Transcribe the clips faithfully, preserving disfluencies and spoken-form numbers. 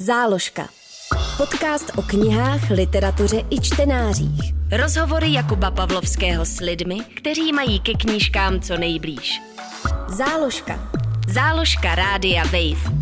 Záložka. Podcast o knihách, literatuře i čtenářích. Rozhovory Jakuba Pavlovského s lidmi, kteří mají ke knížkám co nejblíž. Záložka. Záložka Rádia Wave.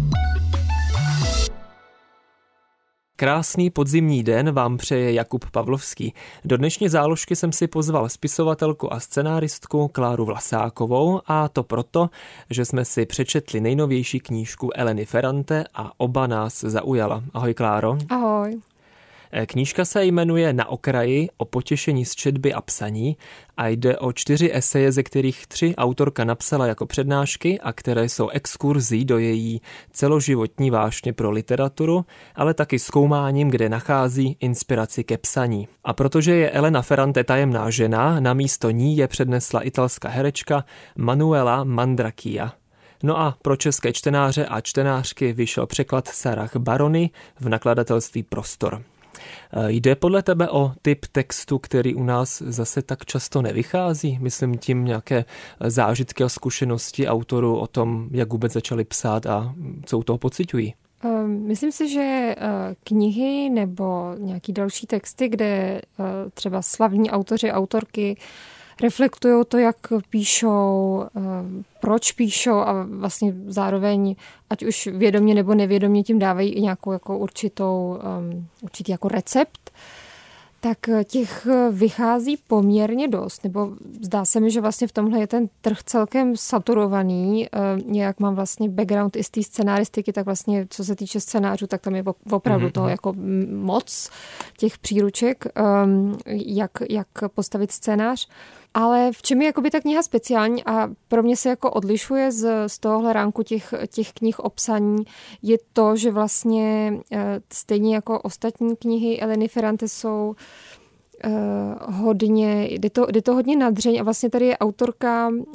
Krásný podzimní den vám přeje Jakub Pavlovský. Do dnešní záložky jsem si pozval spisovatelku a scenáristku Kláru Vlasákovou, a to proto, že jsme si přečetli nejnovější knížku Eleny Ferrante a oba nás zaujala. Ahoj, Kláro. Ahoj. Knížka se jmenuje Na okraji, o potěšení z četby a psaní a jde o čtyři eseje, ze kterých tři autorka napsala jako přednášky a které jsou exkurzí do její celoživotní vášně pro literaturu, ale taky zkoumáním, kde nachází inspiraci ke psaní. A protože je Elena Ferrante tajemná žena, na místo ní je přednesla italská herečka Manuela Mandrakia. No a pro české čtenáře a čtenářky vyšel překlad Sarah Barony v nakladatelství Prostor. Jde podle tebe o typ textu, který u nás zase tak často nevychází? Myslím tím nějaké zážitky a zkušenosti autorů o tom, jak vůbec začali psát a co u toho pociťují. Myslím si, že knihy nebo nějaký další texty, kde třeba slavní autoři, autorky reflektují to, jak píšou, proč píšou a vlastně zároveň, ať už vědomě nebo nevědomě, tím dávají i nějakou jako určitou, určitý jako recept, tak těch vychází poměrně dost. Nebo zdá se mi, že vlastně v tomhle je ten trh celkem saturovaný. Jak mám vlastně background i z té scenaristiky, tak vlastně co se týče scénářů, tak tam je opravdu mm-hmm. toho jako moc těch příruček, jak, jak postavit scénář. Ale v čem je jakoby ta kniha speciální a pro mě se jako odlišuje z, z tohohle ránku těch, těch knih o psaní, je to, že vlastně stejně jako ostatní knihy Eleny Ferrante jsou uh, hodně, jde to, jde to hodně na dřeň a vlastně tady je autorka uh,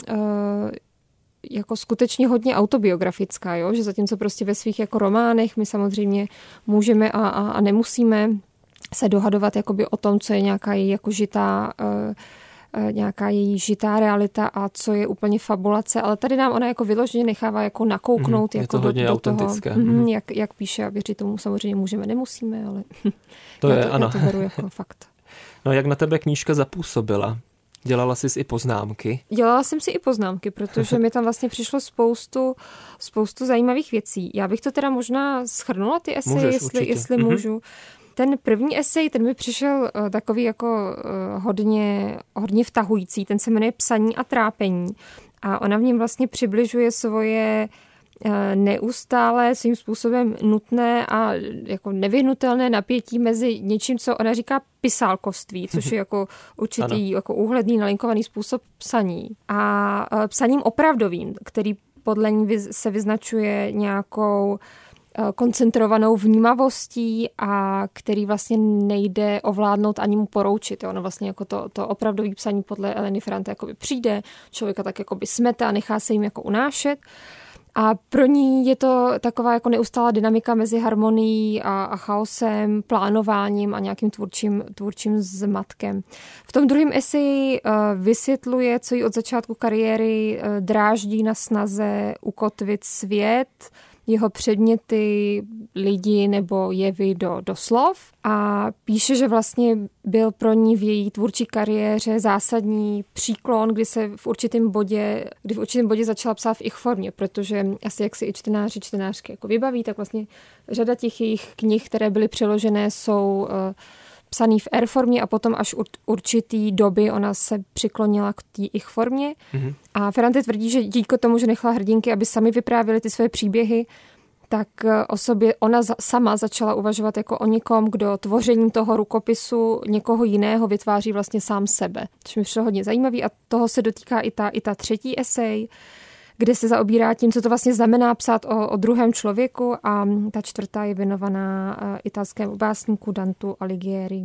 jako skutečně hodně autobiografická, jo? Že zatímco prostě ve svých jako románech my samozřejmě můžeme a, a, a nemusíme se dohadovat jakoby o tom, co je nějaká její jako žitá uh, nějaká její žitá realita a co je úplně fabulace, ale tady nám ona jako vyloženě nechává jako nakouknout mm, jako to do, do toho, mm. jak, jak píše a věřit tomu samozřejmě můžeme, nemusíme, ale to já, je, to, ano. já to beru jako fakt. No jak na tebe knížka zapůsobila? Dělala jsi i poznámky? Dělala jsem si i poznámky, protože mi tam vlastně přišlo spoustu, spoustu zajímavých věcí. Já bych to teda možná shrnula ty eseje, Můžeš, jestli, určitě. jestli mm-hmm. můžu. Ten první esej, ten mi přišel uh, takový jako uh, hodně, hodně vtahující, ten se jmenuje Psaní a trápení a ona v něm vlastně přibližuje svoje uh, neustále svým způsobem nutné a jako nevyhnutelné napětí mezi něčím, co ona říká pisálkovství, což je jako určitý jako úhledný, nalinkovaný způsob psaní a uh, psaním opravdovým, který podle ní se vyznačuje nějakou koncentrovanou vnímavostí a který vlastně nejde ovládnout ani mu poroučit. Ono vlastně jako to, to opravdový psaní podle Eleny Ferrante jakoby přijde, člověka tak jakoby smete a nechá se jim jako unášet. A pro ní je to taková jako neustálá dynamika mezi harmonií a, a chaosem, plánováním a nějakým tvůrčím, tvůrčím zmatkem. V tom druhém eseji uh, vysvětluje, co jí od začátku kariéry uh, dráždí na snaze ukotvit svět, jeho předměty, lidi nebo jevy do, do slov a píše, že vlastně byl pro ní v její tvůrčí kariéře zásadní příklon, kdy se v určitém bodě, kdy v určitém bodě začala psát v ich formě, protože asi jak si i čtenáři, čtenářky jako vybaví, tak vlastně řada těch jejich knih, které byly přeložené, jsou uh, psaný v R formě a potom až určitý doby ona se přiklonila k té ich formě. Mm-hmm. A Ferrante tvrdí, že díky tomu, že nechala hrdinky, aby sami vyprávěly ty své příběhy, tak o sobě ona sama začala uvažovat jako o někom, kdo tvořením toho rukopisu někoho jiného vytváří vlastně sám sebe. Což mi přišlo hodně zajímavý a toho se dotýká i ta, i ta třetí esej, kde se zaobírá tím, co to vlastně znamená psát o, o druhém člověku a ta čtvrtá je věnovaná italskému básníku Dantu Alighieri.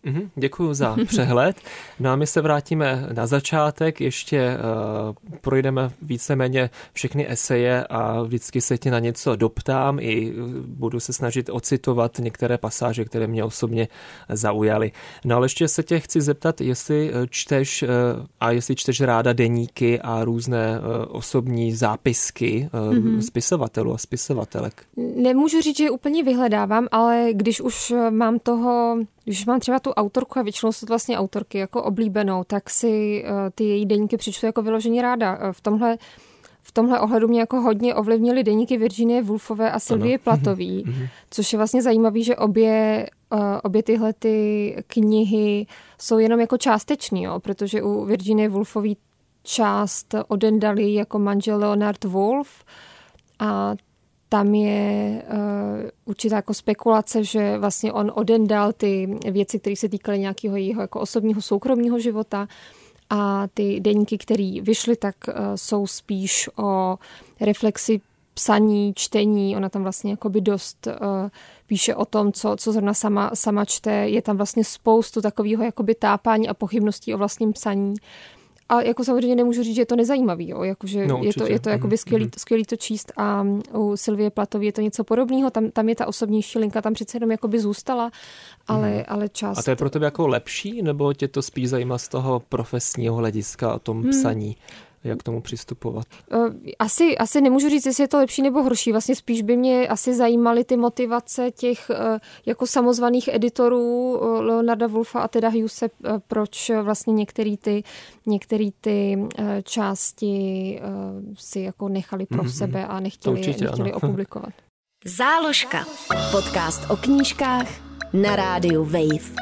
Mm-hmm, děkuji za přehled. No a my se vrátíme na začátek, ještě uh, projdeme víceméně všechny eseje a vždycky se ti na něco doptám i budu se snažit ocitovat některé pasáže, které mě osobně zaujaly. No ale ještě se tě chci zeptat, jestli čteš uh, a jestli čteš ráda deníky a různé uh, osobní zápisky uh, mm-hmm. spisovatelů a spisovatelek. Nemůžu říct, že je úplně vyhledávám, ale když už mám toho... Když mám třeba tu autorku a většinou jsou to vlastně autorky jako oblíbenou, tak si uh, ty její deníky přečtu jako vyloženě ráda. Uh, v tomhle, v tomhle ohledu mě jako hodně ovlivnily deníky Virginie Woolfové a Sylvie Plathové, což je vlastně zajímavé, že obě, uh, obě tyhle ty knihy jsou jenom jako částeční, jo? Protože u Virginie Woolfové část odendali jako manžel Leonard Woolf a tam je uh, určitá jako spekulace, že vlastně on odendal ty věci, které se týkaly nějakého jeho jako osobního soukromního života a ty deníky, které vyšly, tak uh, jsou spíš o reflexi psaní, čtení. Ona tam vlastně jakoby dost uh, píše o tom, co, co zrovna sama, sama čte. Je tam vlastně spoustu takového jakoby tápání a pochybností o vlastním psaní. A jako samozřejmě nemůžu říct, že je to nezajímavý, jo? Jakože no, je to, je to jakoby skvělý, skvělý to číst a u Sylvie Plathové je to něco podobného, tam, tam je ta osobnější linka, tam přece jenom jakoby zůstala, ale, hmm. ale část... A to je pro tebe jako lepší, nebo tě to spíš zajímá z toho profesního hlediska o tom hmm. psaní? Jak k tomu přistupovat? Asi, asi nemůžu říct, jestli je to lepší nebo horší. Vlastně spíš by mě asi zajímaly ty motivace těch jako samozvaných editorů Leonarda Woolfa a teda Hughese, proč vlastně některé ty, některý ty části si jako nechali pro mm-hmm. sebe a nechtěli, určitě, nechtěli opublikovat. Záložka. Podcast o knížkách na rádiu Wave.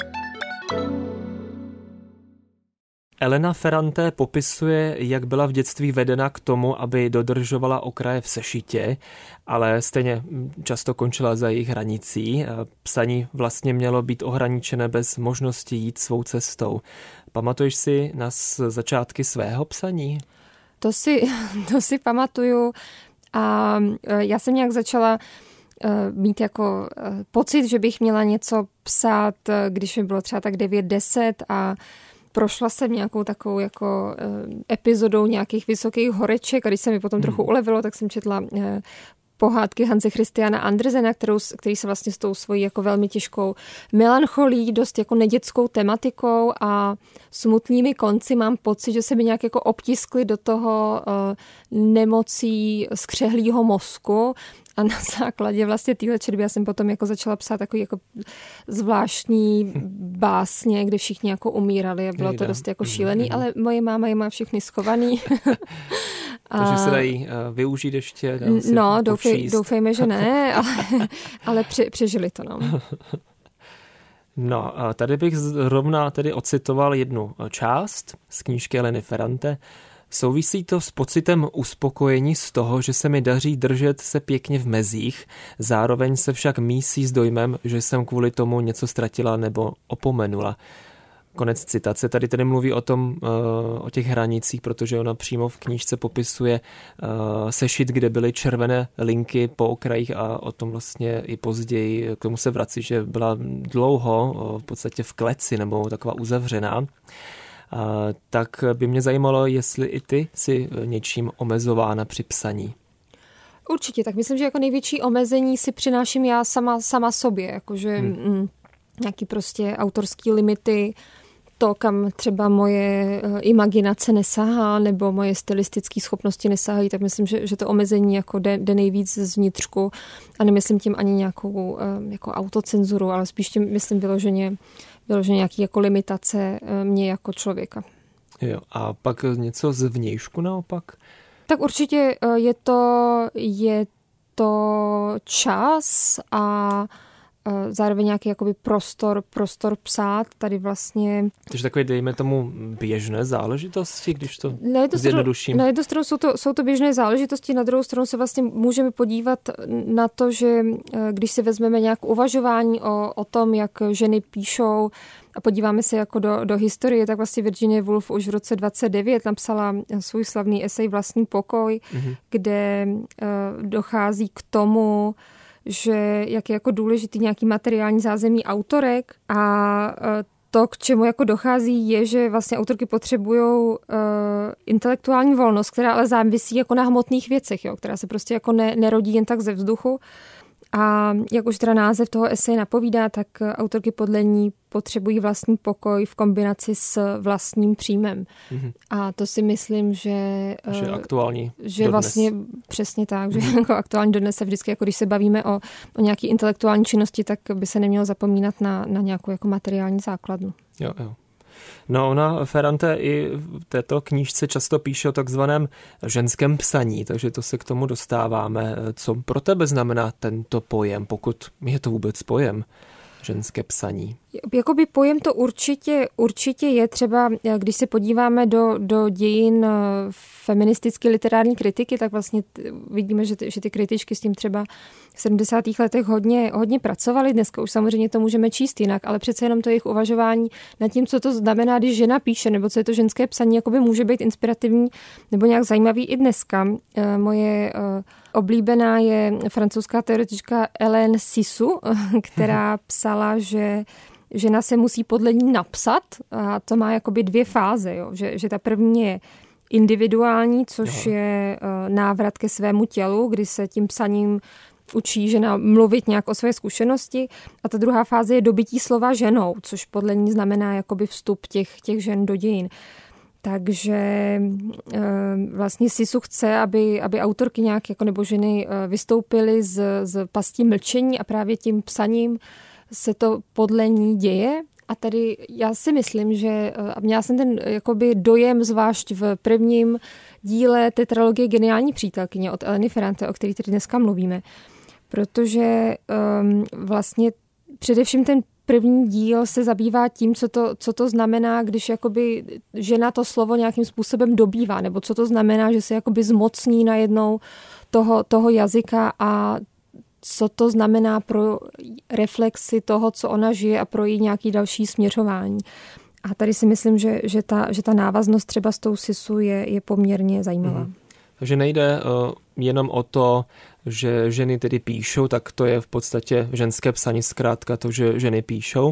Elena Ferrante popisuje, jak byla v dětství vedena k tomu, aby dodržovala okraje v sešitě, ale stejně často končila za jejich hranicí. Psaní vlastně mělo být ohraničené bez možnosti jít svou cestou. Pamatuješ si na začátky svého psaní? To si, to si pamatuju a já jsem nějak začala mít jako pocit, že bych měla něco psát, když mi bylo třeba tak devět deset a prošla jsem nějakou takovou jako epizodou nějakých vysokých horeček a když se mi potom trochu ulevilo, tak jsem četla pohádky Hanse Christiana Andersena, kterou, který se vlastně s tou svojí jako velmi těžkou melancholí, dost jako nedětskou tematikou a smutnými konci mám pocit, že se mi nějak jako obtiskly do toho uh, nemocí skřehlýho mozku a na základě vlastně téhle četby já jsem potom jako začala psát takový jako zvláštní básně, kde všichni jako umírali a bylo to dost jako šílený, ale moje máma je má všechny schovaný. Takže se dají využít ještě? No, doufej, doufejme, že ne, ale, ale pře, přežili to, no. No, tady bych zrovna tedy ocitoval jednu část z knížky Eleny Ferrante. Souvisí to s pocitem uspokojení z toho, že se mi daří držet se pěkně v mezích, zároveň se však mísí s dojmem, že jsem kvůli tomu něco ztratila nebo opomenula. Konec citace. Tady tedy mluví o tom, o těch hranicích, protože ona přímo v knížce popisuje sešit, kde byly červené linky po okrajích a o tom vlastně i později k tomu se vrací, že byla dlouho v podstatě v kleci nebo taková uzavřená. Tak by mě zajímalo, jestli i ty jsi něčím omezována při psaní. Určitě, tak myslím, že jako největší omezení si přináším já sama, sama sobě, jakože hmm. mm, nějaký prostě autorský limity, to, kam třeba moje imaginace nesahá nebo moje stylistické schopnosti nesahají, tak myslím, že, že to omezení jako jde, jde nejvíc zvnitřku a nemyslím tím ani nějakou jako autocenzuru, ale spíš tím myslím vyloženě, vyloženě nějaký jako limitace mě jako člověka. Jo, a pak něco zvnějšku naopak? Tak určitě je to, je to čas a zároveň nějaký jakoby prostor, prostor psát, tady vlastně... Takže takové, dejme tomu, běžné záležitosti, když to na zjednoduším. Na jednu stranu jsou to, jsou to běžné záležitosti, na druhou stranu se vlastně můžeme podívat na to, že když si vezmeme nějak uvažování o, o tom, jak ženy píšou a podíváme se jako do, do historie, tak vlastně Virginia Woolf už v roce dvacet devět napsala svůj slavný esej Vlastní pokoj, mm-hmm. kde uh, dochází k tomu, že jak je jako důležitý nějaký materiální zázemí autorek a to, k čemu jako dochází, je, že vlastně autorky potřebují uh, intelektuální volnost, která ale závisí jako na hmotných věcech, jo, která se prostě jako ne, nerodí jen tak ze vzduchu. A jak už teda název toho eseje napovídá, tak autorky podle ní potřebují vlastní pokoj v kombinaci s vlastním příjmem. Mm-hmm. A to si myslím, že... Že aktuální Že dodnes. vlastně přesně tak, že Mm-hmm. jako aktuální dodnes se vždycky, jako když se bavíme o, o nějaké intelektuální činnosti, tak by se nemělo zapomínat na, na nějakou jako materiální základnu. Jo, jo. No ona, Ferrante, i v této knížce často píše o takzvaném ženském psaní, takže to se k tomu dostáváme. Co pro tebe znamená tento pojem, pokud je to vůbec pojem, ženské psaní? Jakoby pojem to určitě, určitě je třeba, když se podíváme do, do dějin feministické literární kritiky, tak vlastně vidíme, že ty, že ty kritičky s tím třeba v sedmdesátých letech hodně, hodně pracovaly. Dneska už samozřejmě to můžeme číst jinak, ale přece jenom to jejich uvažování nad tím, co to znamená, když žena píše, nebo co je to ženské psaní, jakoby může být inspirativní nebo nějak zajímavý i dneska. Moje oblíbená je francouzská teoretička Hélène Cixous, která psala, že žena se musí podle ní napsat a to má jakoby dvě fáze. Jo? Že, že ta první je individuální, což jo. je návrat ke svému tělu, kdy se tím psaním učí žena mluvit nějak o své zkušenosti. A ta druhá fáze je dobytí slova ženou, což podle ní znamená jakoby vstup těch, těch žen do dějin. Takže vlastně Cixous chce, aby, aby autorky nějak jako nebo ženy vystoupily z, z pastí mlčení a právě tím psaním se to podle ní děje. A tady já si myslím, že a měla jsem ten jakoby dojem zvlášť v prvním díle tetralogie Geniální přítelkyně od Eleny Ferrante, o který tady dneska mluvíme. Protože um, vlastně především ten první díl se zabývá tím, co to, co to znamená, když jakoby žena to slovo nějakým způsobem dobývá, nebo co to znamená, že se jakoby zmocní najednou toho, toho jazyka a co to znamená pro reflexi toho, co ona žije a pro její nějaký další směřování. A tady si myslím, že, že, ta, že ta návaznost třeba s tou Cixous je, je poměrně zajímavá. Mm. Takže nejde uh, jenom o to, že ženy tedy píšou, tak to je v podstatě ženské psaní, zkrátka to, že ženy píšou,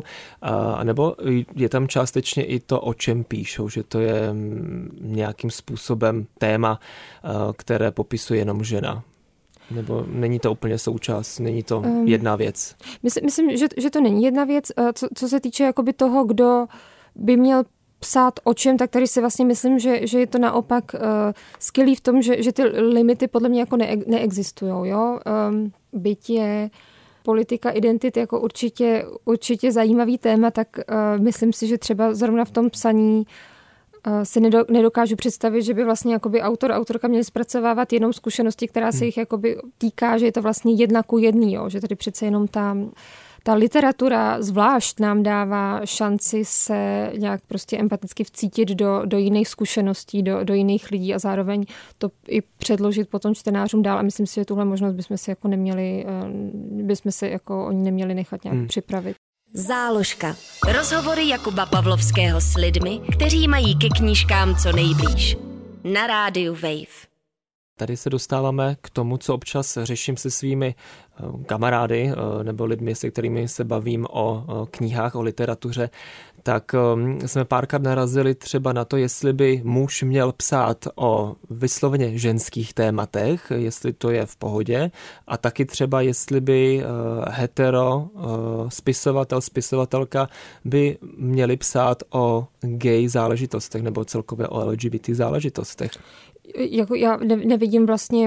a nebo je tam částečně i to, o čem píšou, že to je nějakým způsobem téma, které popisuje jenom žena. Nebo není to úplně součást, není to um, jedna věc? Myslím, myslím že, že to není jedna věc. Co, co se týče jakoby toho, kdo by měl psát o čem, tak tady si vlastně myslím, že, že je to naopak uh, skvělý v tom, že, že ty limity podle mě jako ne, neexistujou. Jo? Um, byť je politika identity jako určitě, určitě zajímavý téma, tak uh, myslím si, že třeba zrovna v tom psaní uh, si nedo, nedokážu představit, že by vlastně jakoby autor, autorka měli zpracovávat jenom zkušenosti, která se jich jakoby týká, že je to vlastně jedna ku jedný, jo? Že tady přece jenom tam ta literatura zvlášť nám dává šanci se nějak prostě empaticky vcítit do, do jiných zkušeností, do, do jiných lidí a zároveň to i předložit potom čtenářům dál. A myslím si, že tuhle možnost bychom si jako neměli, bychom se jako oni neměli nechat nějak hmm. připravit. Záložka. Rozhovory Jakuba Pavlovského s lidmi, kteří mají ke knížkám co nejblíž. Na rádiu Wave. Tady se dostáváme k tomu, co občas řeším se svými kamarády nebo lidmi, se kterými se bavím o knihách, o literatuře, tak jsme párkrát narazili třeba na to, jestli by muž měl psát o vysloveně ženských tématech, jestli to je v pohodě, a taky třeba jestli by hetero spisovatel, spisovatelka by měli psát o gay záležitostech nebo celkově o L G B T záležitostech. Jako já nevidím vlastně,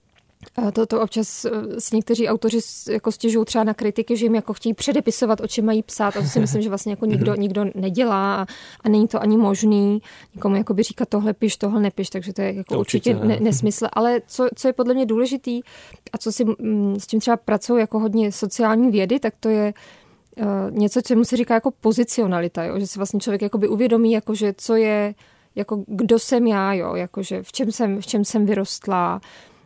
to, to občas si někteří autoři jako stěžují třeba na kritiky, že jim jako chtějí předepisovat, o čem mají psát, a to si myslím, že vlastně jako nikdo, nikdo nedělá a, a není to ani možný nikomu jakoby říkat tohle piš, tohle nepiš, takže to je jako to určitě, určitě ne, nesmysl. Ale co, co je podle mě důležitý a co si s tím třeba pracují jako hodně sociální vědy, tak to je uh, něco, čemu se říká jako pozicionalita, jo? Že si vlastně člověk jakoby uvědomí, jako, že co je jako kdo jsem já, jo, jakože v čem jsem, v čem jsem vyrostla,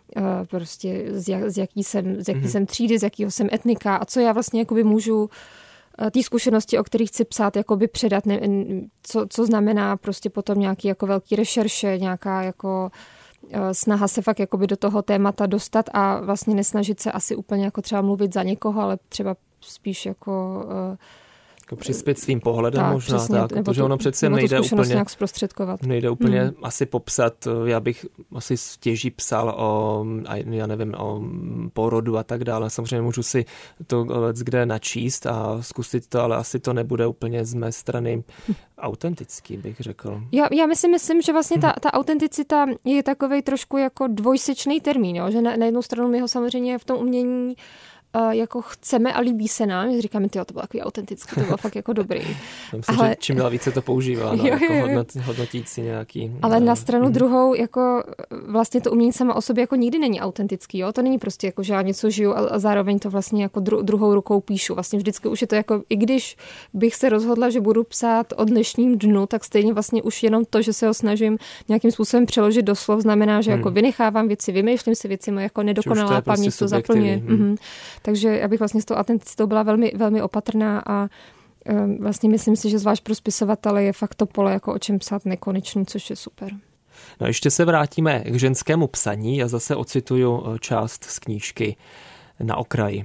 prostě z, jak, z jaký jsem, z jaký mm-hmm. jsem třídy, z jakého jsem etnika a co já vlastně jakoby můžu té zkušenosti, o kterých chci psát, jakoby předat, ne, co, co znamená prostě potom nějaký jako velký rešerše, nějaká jako snaha se fakt jakoby do toho témata dostat a vlastně nesnažit se asi úplně jako třeba mluvit za někoho, ale třeba spíš jako... Jako přispět svým pohledem tak, možná, přesně, tak, protože ono přece nejde úplně, nějak zprostředkovat. nejde úplně hmm. asi popsat, já bych asi stěží psal o, já nevím, o porodu a tak dále. Samozřejmě můžu si to leckde načíst a zkusit to, ale asi to nebude úplně z mé strany autentický, bych řekl. Já, já myslím, myslím, že vlastně ta, ta autenticita je takovej trošku jako dvojsečný termín, jo? Že na, na jednu stranu my ho samozřejmě v tom umění Uh, jako chceme a líbí se nám, že říkáme, tyjo, to bylo takový autentický, to bylo fakt jako dobrý. Myslím, ale... že čím dál více to používá, no, jo, jako jo, jo. Hodnot, hodnotící nějaký. Ale no. Na stranu mm. druhou, jako vlastně to umění sama o sobě jako nikdy není autentický, jo, to není prostě jako, že já něco žiju a, a zároveň to vlastně jako dru, druhou rukou píšu. Vlastně vždycky už je to jako, i když bych se rozhodla, že budu psát o dnešním dnu, tak stejně vlastně už jenom to, že se ho snažím nějakým způsobem přeložit do slov, znamená, že mm. jako vynechávám věci, vymýšlím si věci, moje jako nedokonalá paměť to zaplňuje. Mm. Takže já bych vlastně s tou autenticitou byla velmi, velmi opatrná a um, vlastně myslím si, že zvlášť pro spisovatele je fakt to pole, jako o čem psát nekonečný, což je super. No ještě se vrátíme k ženskému psaní. Já zase ocituju část z knížky Na okraji.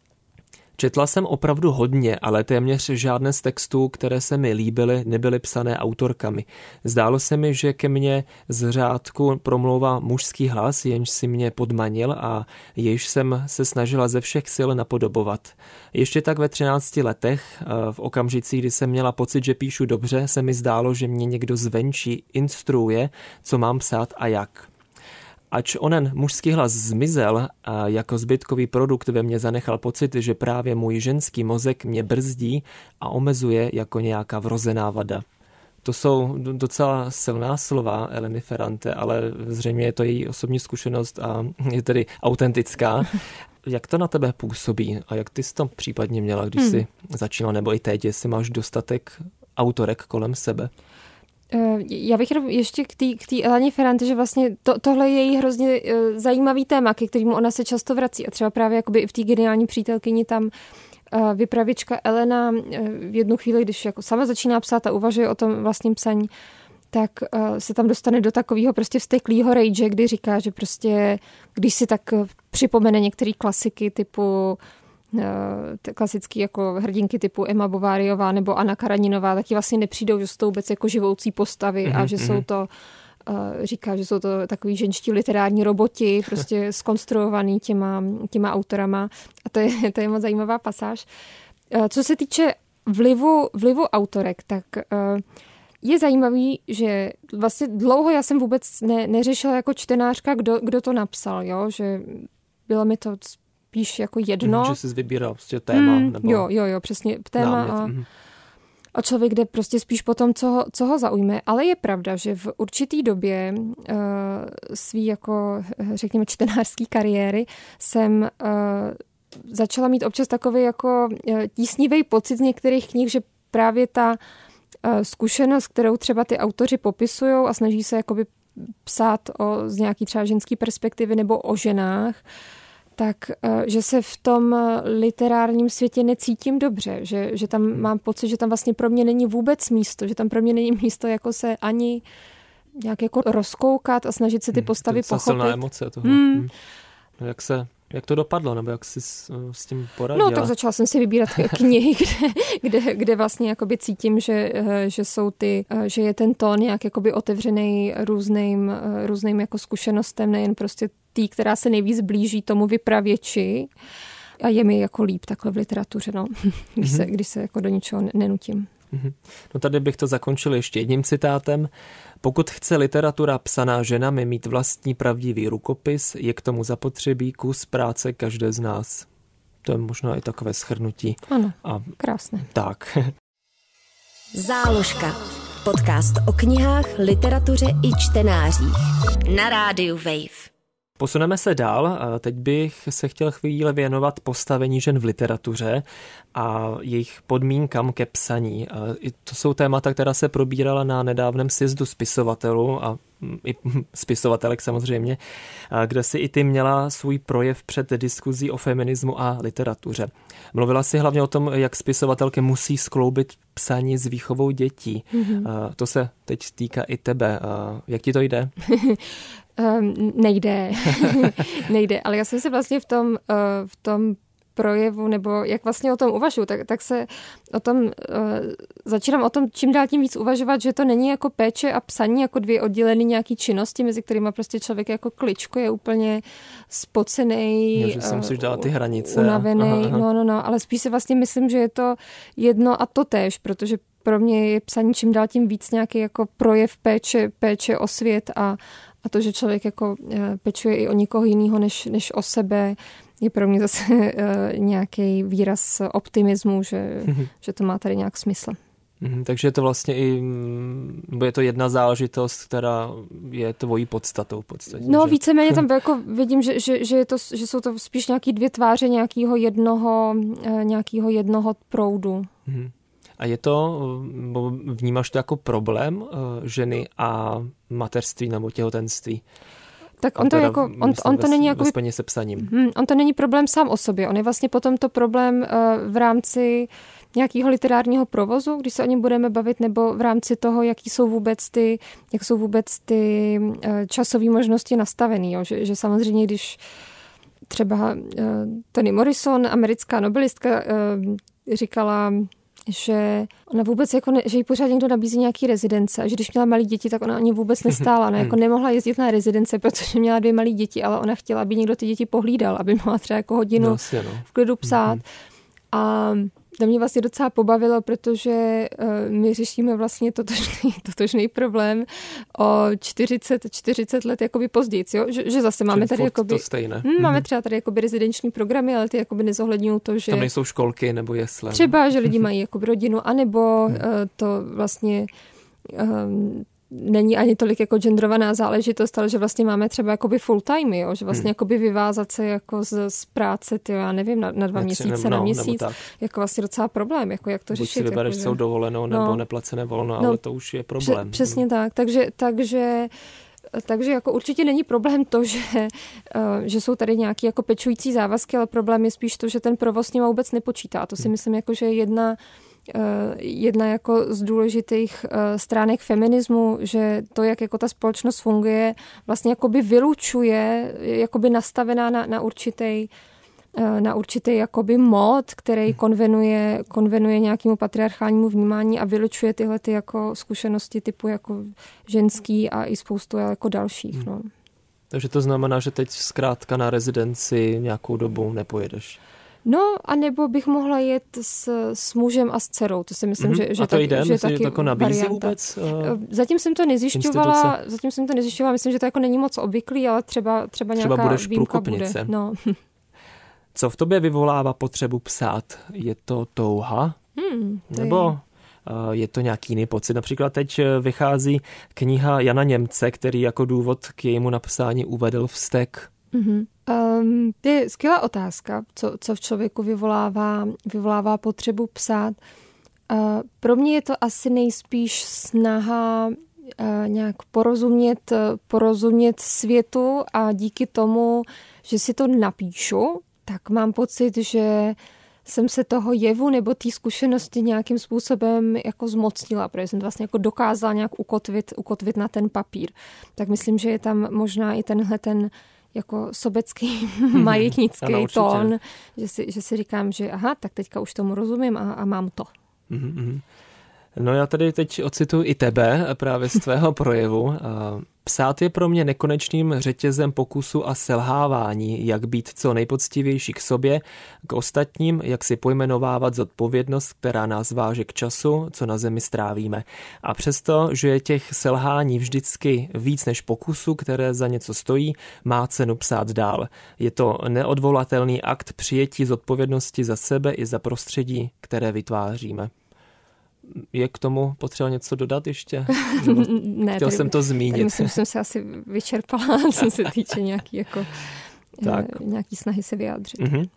Četla jsem opravdu hodně, ale téměř žádné z textů, které se mi líbily, nebyly psané autorkami. Zdálo se mi, že ke mně z řádku promlouvá mužský hlas, jenž si mě podmanil a jež jsem se snažila ze všech sil napodobovat. Ještě tak ve třinácti letech, v okamžicích, kdy jsem měla pocit, že píšu dobře, se mi zdálo, že mě někdo zvenčí instruuje, co mám psát a jak. Ač onen mužský hlas zmizel a jako zbytkový produkt ve mně zanechal pocit, že právě můj ženský mozek mě brzdí a omezuje jako nějaká vrozená vada. To jsou docela silná slova Eleny Ferrante, ale zřejmě je to její osobní zkušenost a je tedy autentická. Jak to na tebe působí a jak ty jsi to případně měla, když hmm. jsi začínala, nebo i teď, jestli máš dostatek autorek kolem sebe? Já bych jenom ještě k té Elaně Ferrante, že vlastně to, tohle je její hrozně uh, zajímavý téma, ke kterému ona se často vrací. A třeba právě jakoby i v té geniální přítelkyni tam uh, vypravěčka Elena uh, v jednu chvíli, když jako sama začíná psát a uvažuje o tom vlastním psaní, tak uh, se tam dostane do takového prostě vzteklýho rage, kdy říká, že prostě, když si tak uh, připomene některé klasiky typu klasický jako hrdinky typu Emma Bováriová nebo Anna Karaninová, taky vlastně nepřijdou, že jsou to vůbec jako živoucí postavy mm-hmm. a že jsou to, říká, že jsou to takový ženští literární roboti, prostě skonstruovaný těma, těma autorama. A to je, to je moc zajímavá pasáž. Co se týče vlivu, vlivu autorek, tak je zajímavý, že vlastně dlouho já jsem vůbec ne, neřešila jako čtenářka, kdo, kdo to napsal, jo? Že bylo mi to spíš jako jedno. Že jsi vybíral prostě téma. Mm, nebo jo, jo, jo, přesně téma a, a člověk jde prostě spíš po tom, co ho, co ho zaujme. Ale je pravda, že v určitý době uh, svý jako, řekněme, čtenářský kariéry jsem uh, začala mít občas takový jako uh, tísnivý pocit z některých knih, že právě ta uh, zkušenost, kterou třeba ty autoři popisují a snaží se jakoby psát o, z nějaký třeba ženský perspektivy nebo o ženách, tak, že se v tom literárním světě necítím dobře, že, že tam mám pocit, že tam vlastně pro mě není vůbec místo, že tam pro mě není místo jako se ani nějak jako rozkoukat a snažit se ty postavy hmm, to je pochopit. silná emoce toho. Hmm. Hmm. No jak se, jak to dopadlo, nebo jak jsi s, s tím poradila? No tak začala jsem si vybírat knihy, kde, kde, kde vlastně jakoby cítím, že, že jsou ty, že je ten tón nějak jakoby otevřený různým, různým jako zkušenostem, nejen prostě tý, která se nejvíc blíží tomu vypravěči. A je mi jako líp takhle v literatuře, no, když, mm-hmm. se, když se jako do ničeho nenutím. Mm-hmm. No tady bych to zakončil ještě jedním citátem. Pokud chce literatura psaná ženami mít vlastní pravdivý rukopis, je k tomu zapotřebí kus práce každé z nás. To je možná i takové shrnutí. Ano, a krásné. Tak. Záložka. Podcast o knihách, literatuře i čtenářích. Na rádiu Wave. Posuneme se dál. Teď bych se chtěl chvíli věnovat postavení žen v literatuře a jejich podmínkám ke psaní. To jsou témata, která se probírala na nedávném sjezdu spisovatelů a i spisovatelek samozřejmě, kde si i ty měla svůj projev před diskuzí o feminismu a literatuře. Mluvila si hlavně o tom, jak spisovatelky musí skloubit psaní s výchovou dětí. Mm-hmm. To se teď týká i tebe. Jak ti to jde? Um, nejde, nejde, ale já jsem si vlastně v tom, uh, v tom projevu, nebo jak vlastně o tom uvažuji, tak, tak se o tom, uh, začínám o tom čím dál tím víc uvažovat, že to není jako péče a psaní, jako dvě oddělené nějaký činnosti, mezi kterými prostě člověk jako kličko je úplně spocený, že si musíš dát ty hranice. Unavený, aha, aha. no, no, no, ale spíš si vlastně myslím, že je to jedno a to též, protože pro mě je psaní čím dál tím víc nějaký jako projev péče, péče o svět a, a to, že člověk jako pečuje i o někoho jiného než, než o sebe, je pro mě zase uh, nějaký výraz optimismu, že, mm-hmm. že to má tady nějak smysl. Mm-hmm, takže je to vlastně i, je to jedna záležitost, která je tvojí podstatou v podstatě. No že? víceméně tam jako vidím, že, že, že, je to, že jsou to spíš nějaký dvě tváře nějakého jednoho, uh, nějakého jednoho proudu. Mm-hmm. A je to, vnímáš to jako problém uh, ženy a mateřství nebo těhotenství? Tak on to, jako, on, on to není jako se psaním. Hmm, on to není problém sám o sobě. On je vlastně potom to problém uh, v rámci nějakého literárního provozu, když se o něm budeme bavit, nebo v rámci toho, jaký jsou vůbec ty, jak jsou vůbec ty uh, časové možnosti nastavený. Jo? Že, že samozřejmě, když třeba uh, Toni Morrison, americká nobelistka, uh, říkala, že ona vůbec jako ne, že jí pořád někdo nabízí nějaký rezidence a že když měla malé děti, tak ona o ně vůbec nestála. Ona jako nemohla jezdit na rezidence, protože měla dvě malé děti, ale ona chtěla, aby někdo ty děti pohlídal, aby mohla třeba jako hodinu no, no. v klidu psát. Mm-hmm. A to mě vlastně docela pobavilo, protože uh, my řešíme vlastně totožný, totožný problém o čtyřicet, čtyřicet let jakoby později, jo? Že, že zase máme tady jakoby, hm, máme třeba tady jakoby rezidenční programy, ale ty jakoby nezohledňují to, že tam nejsou školky nebo jesle. Třeba, že lidi mají jakoby rodinu, anebo uh, to vlastně um, není ani tolik jako genderovaná záležitost, ale že vlastně máme třeba jakoby full time, jo? Že vlastně hmm. jakoby vyvázat se jako z, z práce, tyjo, já nevím, na, na dva Netře, měsíce, nebo, na měsíc, jako vlastně docela problém, jako jak to Buď řešit. Buď si vybereš jako, celou dovolenou, nebo no, neplacené volno, no, ale to už je problém. Přesně tak, takže, takže Takže jako určitě není problém to, že, že jsou tady nějaké jako pečující závazky, ale problém je spíš to, že ten provoz s nima vůbec nepočítá. A to si myslím, jako, že je jedna, jedna jako z důležitých stránek feminismu, že to, jak jako ta společnost funguje, vlastně jakoby vylučuje, jakoby nastavená na, na určitý na určitý jakoby mod, který konvenuje, konvenuje nějakému patriarchálnímu vnímání a vylučuje tyhle ty jako zkušenosti typu jako ženský a i spoustu jako dalších. No. Takže to znamená, že teď zkrátka na rezidenci nějakou dobu nepojedeš. No, anebo bych mohla jet s, s mužem a s dcerou. To si myslím, mm-hmm. že, že, a to tak, jde? že Myslíš, taky že to nabízí varianta. Vůbec? Uh, zatím jsem to nezjišťovala, zatím jsem to nezjišťovala, myslím, že to jako není moc obvyklý, ale třeba, třeba nějaká třeba budeš výjimka bude. No. Co v tobě vyvolává potřebu psát? Je to touha? Hmm, to Nebo je. je to nějaký jiný pocit? Například teď vychází kniha Jana Němce, který jako důvod k jejímu napsání uvedl vztek. Mm-hmm. Um, to je skvělá otázka, co, co v člověku vyvolává, vyvolává potřebu psát. Uh, pro mě je to asi nejspíš snaha uh, nějak porozumět, porozumět světu a díky tomu, že si to napíšu, tak mám pocit, že jsem se toho jevu nebo té zkušenosti nějakým způsobem jako zmocnila, protože jsem to vlastně jako dokázala nějak ukotvit, ukotvit na ten papír. Tak myslím, že je tam možná i tenhle ten jako sobecký majetnický ano, tón, že si, že si říkám, že aha, tak teďka už tomu rozumím a, a mám to. Mm-hmm. No já tady teď ocituji i tebe právě z tvého projevu. Psát je pro mě nekonečným řetězem pokusu a selhávání, jak být co nejpoctivější k sobě, k ostatním, jak si pojmenovávat zodpovědnost, která nás váže k času, co na zemi strávíme. A přesto, že je těch selhání vždycky víc než pokusů, které za něco stojí, má cenu psát dál. Je to neodvolatelný akt přijetí zodpovědnosti za sebe i za prostředí, které vytváříme. Je k tomu potřeba něco dodat ještě? Ne, chtěl tady, jsem to zmínit. Myslím, že jsem se asi vyčerpala, co se týče nějaký, jako, tak. nějaký snahy se vyjádřit. Uh-huh. Uh,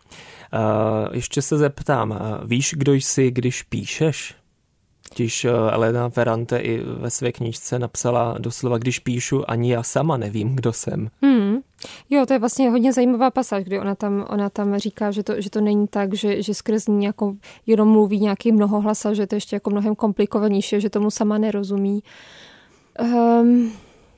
ještě se zeptám, uh, víš, kdo jsi, když píšeš? Když uh, Elena Ferrante i ve své knížce napsala doslova, když píšu, ani já sama nevím, kdo jsem. Hmm. Jo, to je vlastně hodně zajímavá pasáž, kdy ona tam, ona tam říká, že to, že to není tak, že, že skrz ní jako jenom mluví nějaký mnohohlas, že to ještě jako mnohem komplikovanější, že tomu sama nerozumí. Um,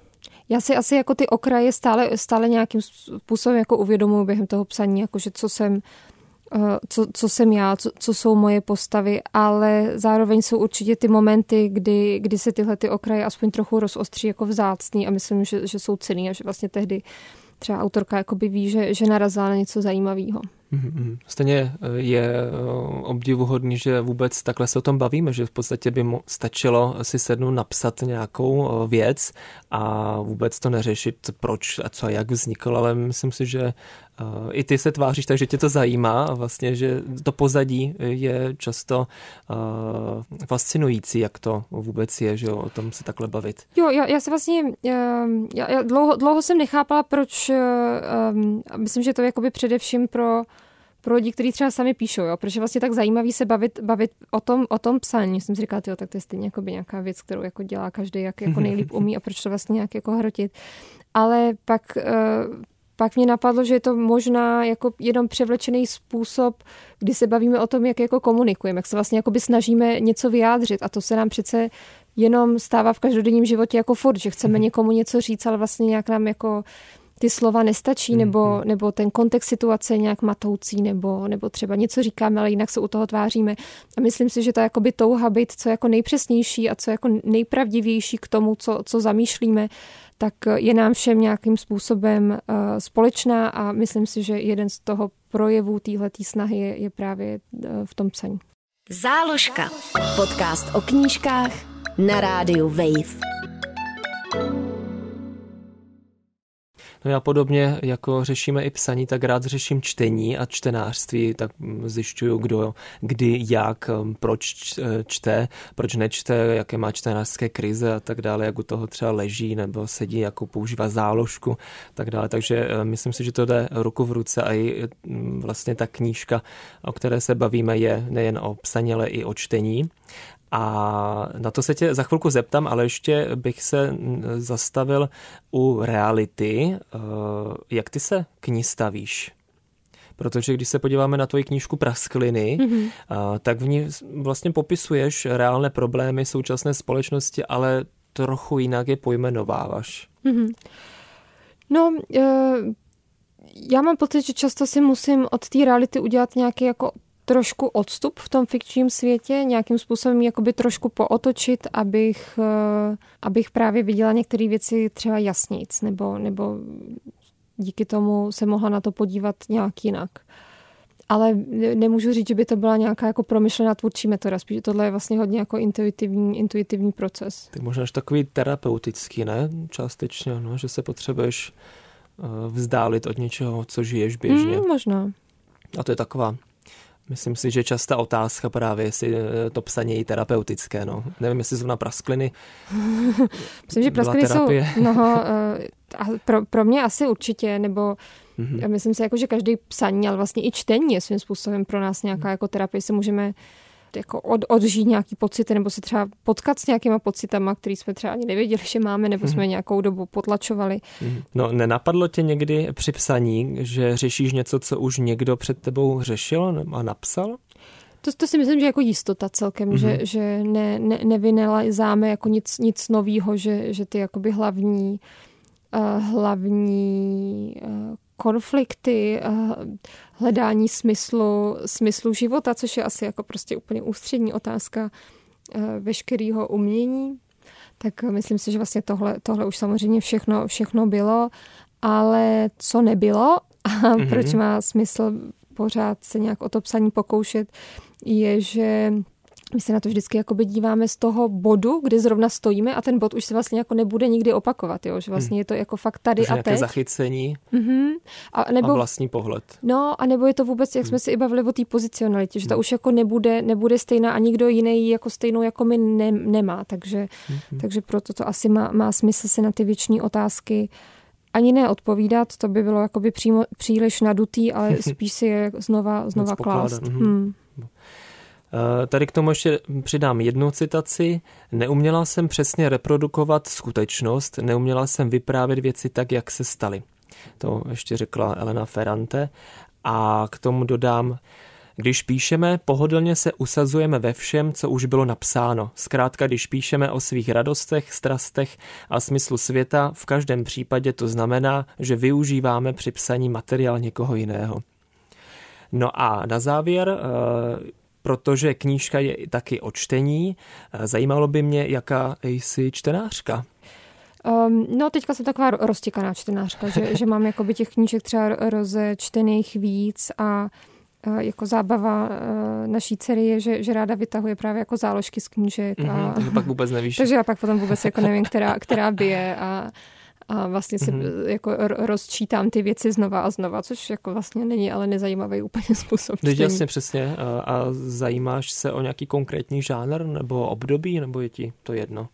Já si asi jako ty okraje stále, stále nějakým způsobem jako uvědomuji během toho psaní, jakože co jsem, co, co jsem já, co, co jsou moje postavy, ale zároveň jsou určitě ty momenty, kdy, kdy se tyhle ty okraje aspoň trochu rozostří jako vzácný a myslím, že, že jsou cenný a že vlastně tehdy třeba autorka jakoby ví, že, že narazila na něco zajímavého. Stejně je obdivuhodný, že vůbec takhle se o tom bavíme, že v podstatě by mu stačilo si sednout napsat nějakou věc a vůbec to neřešit, proč a co a jak vzniklo, ale myslím si, že i ty se tváříš tak, že tě to zajímá a vlastně, že to pozadí je často fascinující, jak to vůbec je, že o tom se takhle bavit. Jo, já, já se vlastně, já, já dlouho, dlouho jsem nechápala, proč, um, myslím, že to je jakoby především pro pro lidi, kteří třeba sami píšou, jo? Protože vlastně tak zajímavý se bavit, bavit o tom, o tom psaní. Jsem si říkala, tyjo, tak to je stejně jako by nějaká věc, kterou jako dělá každý, jak jako nejlíp umí a proč to vlastně nějak jako hrotit. Ale pak, uh, pak mě napadlo, že je to možná jako jenom převlečený způsob, kdy se bavíme o tom, jak jako komunikujeme, jak se vlastně jako by snažíme něco vyjádřit a to se nám přece jenom stává v každodenním životě jako furt, že chceme někomu něco říct, ale vlastně nějak nám jako ty slova nestačí, nebo, nebo ten kontext situace je nějak matoucí, nebo, nebo třeba něco říkáme, ale jinak se u toho tváříme. A myslím si, že ta jakoby touha být co jako nejpřesnější a co jako nejpravdivější k tomu, co, co zamýšlíme, tak je nám všem nějakým způsobem uh, společná a myslím si, že jeden z toho projevů téhletý snahy je, je právě uh, v tom psaní. Záložka. Podcast o knížkách na rádiu Wave. No já podobně, jako řešíme i psaní, tak rád řeším čtení a čtenářství, tak zjišťuju, kdo, kdy, jak, proč čte, proč nečte, jaké má čtenářské krize a tak dále, jak u toho třeba leží nebo sedí, jakou používá záložku tak dále. Takže myslím si, že to jde ruku v ruce a i vlastně ta knížka, o které se bavíme, je nejen o psaní, ale i o čtení. A na to se tě za chvilku zeptám, ale ještě bych se zastavil u reality. Jak ty se k ní stavíš? Protože když se podíváme na tvoji knížku Praskliny, mm-hmm. tak v ní vlastně popisuješ reálné problémy současné společnosti, ale trochu jinak je pojmenováváš. Mm-hmm. No, já mám pocit, že často si musím od té reality udělat nějaký jako trošku odstup v tom fikčním světě, nějakým způsobem jakoby trošku pootočit, abych, abych právě viděla některé věci třeba jasnějc, nebo, nebo díky tomu se mohla na to podívat nějak jinak. Ale nemůžu říct, že by to byla nějaká jako promyšlená tvůrčí metoda, spíš tohle je vlastně hodně jako intuitivní, intuitivní proces. Tak možná až takový terapeutický, ne? Částečně, no, že se potřebuješ vzdálit od něčeho, co žiješ běžně. Mm, možná. A to je taková, myslím si, že častá otázka právě, jestli to psaní je terapeutické. No. Nevím, jestli zrovna Praskliny. Myslím, že Praskliny jsou no, a pro, pro mě asi určitě, nebo mm-hmm. myslím si, jako, že každý psaní, ale vlastně i čtení je svým způsobem pro nás nějaká jako terapie, si můžeme jako od, odžít nějaký pocity, nebo se třeba potkat s nějakýma pocitama, který jsme třeba ani nevěděli, že máme, nebo jsme nějakou dobu potlačovali. No, nenapadlo tě někdy při psaní, že řešíš něco, co už někdo před tebou řešil a napsal? To, to si myslím, že jako jistota celkem, mm-hmm. že, že ne, ne, nevynalezáme jako nic, nic novýho, že, že ty jakoby hlavní, uh, hlavní uh, konflikty, hledání smyslu, smyslu života, což je asi jako prostě úplně ústřední otázka veškerého umění. Tak myslím si, že vlastně tohle, tohle už samozřejmě všechno, všechno bylo, ale co nebylo a mm-hmm. proč má smysl pořád se nějak o to psaní pokoušet, je, že my se na to vždycky jakoby díváme z toho bodu, kde zrovna stojíme a ten bod už se vlastně jako nebude nikdy opakovat, jo? Že vlastně je to jako fakt tady Takže a nějaké teď. zachycení mm-hmm. a, nebo, a vlastní pohled. No a nebo je to vůbec, jak hmm. jsme si i bavili o té pozicionalitě, že to hmm. už jako nebude, nebude stejná a nikdo jiný jako stejnou jako my ne, nemá, takže, hmm. takže proto to asi má, má smysl si na ty věční otázky ani ne odpovídat, to by bylo jakoby přímo, příliš nadutý, ale spíš si je znova, znova klást. Hmm. Tady k tomu ještě přidám jednu citaci. Neuměla jsem přesně reprodukovat skutečnost, neuměla jsem vyprávět věci tak, jak se staly. To ještě řekla Elena Ferrante. A k tomu dodám, Když píšeme, pohodlně se usazujeme ve všem, co už bylo napsáno. Zkrátka, když píšeme o svých radostech, strastech a smyslu světa, v každém případě to znamená, že využíváme při psaní materiál někoho jiného. No a na závěr, protože knížka je taky o čtení, zajímalo by mě, jaká jsi čtenářka. Um, no teďka jsem taková roztěkaná čtenářka, že, že mám jakoby těch knížek třeba rozečtených víc a uh, jako zábava uh, naší dcery je, že, že ráda vytahuje právě jako záložky z knížek. Mm-hmm, a, takže pak vůbec nevíš. Takže já pak potom vůbec jako nevím, která, která bije a A vlastně si mm-hmm. jako rozčítám ty věci znova a znova, což jako vlastně není ale nezajímavý úplně způsob čtení. Jasně, přesně. A, a zajímáš se o nějaký konkrétní žánr nebo období, nebo je ti to jedno?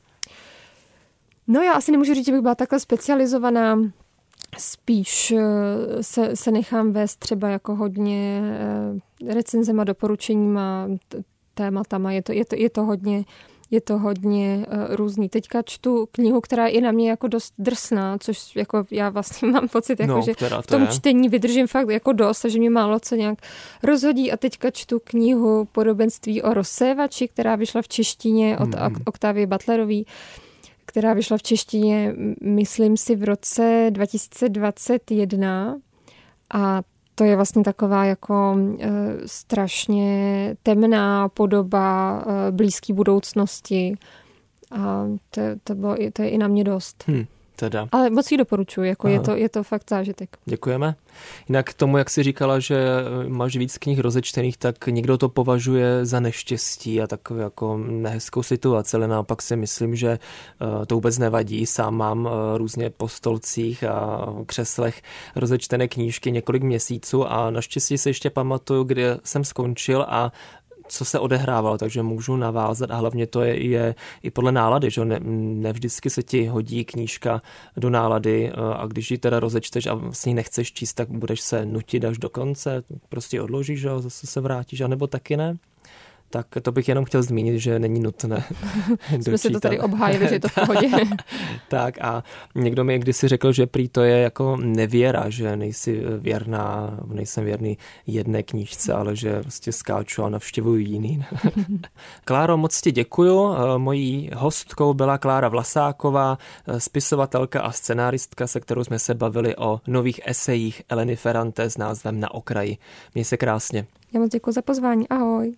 No já asi nemůžu říct, že bych byla takhle specializovaná. Spíš se, se nechám vést třeba jako hodně recenzema, doporučeníma, tématama. Je to, je to, je to hodně... Je to hodně uh, různý. Teďka čtu knihu, která je na mě jako dost drsná, což jako já vlastně mám pocit, jako, no, že v tom je? čtení vydržím fakt jako dost, takže mě málo co nějak rozhodí. A teďka čtu knihu Podobenství o rozsévači, která vyšla v češtině od hmm. Octavie Butlerový, která vyšla v češtině, myslím si, v roce dva tisíce dvacet jedna. A to je vlastně taková jako e, strašně temná podoba e, blízké budoucnosti. A to, to, bylo, to je i na mě dost. Hmm, teda. Ale moc ji doporučuji, jako je to, je to fakt zážitek. Děkujeme. Jinak k tomu, jak jsi říkala, že máš víc knih rozečtených, tak někdo to považuje za neštěstí a takovou jako nehezkou situaci, ale naopak si myslím, že to vůbec nevadí. Sám mám různě po stolcích a křeslech rozečtené knížky několik měsíců a naštěstí se ještě pamatuju, kde jsem skončil a co se odehrávalo, takže můžu navázat a hlavně to je, je i podle nálady, že ne, ne vždycky se ti hodí knížka do nálady a když ji teda rozečteš a s ní nechceš číst, tak budeš se nutit až do konce, prostě odložíš a zase se vrátíš, anebo taky ne. Tak to bych jenom chtěl zmínit, že není nutné Jsme se to tady obhájili, že je to v pohodě. Tak a někdo mi kdysi řekl, že prý to je jako nevěra, že nejsi věrná, nejsem věrný jedné knížce, ale že prostě skáču a navštěvuju jiný. Kláro, moc ti děkuju. Mojí hostkou byla Klára Vlasáková, spisovatelka a scenáristka, se kterou jsme se bavili o nových esejích Eleny Ferrante s názvem Na okraji. Měj se krásně. Já moc děkuju za pozvání. Ahoj.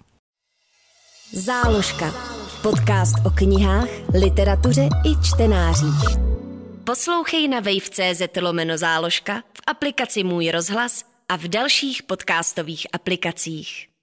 Záložka. Podcast o knihách, literatuře i čtenářích. Poslouchej na wave tečka cé zet lomeno záložka, v aplikaci Můj rozhlas a v dalších podcastových aplikacích.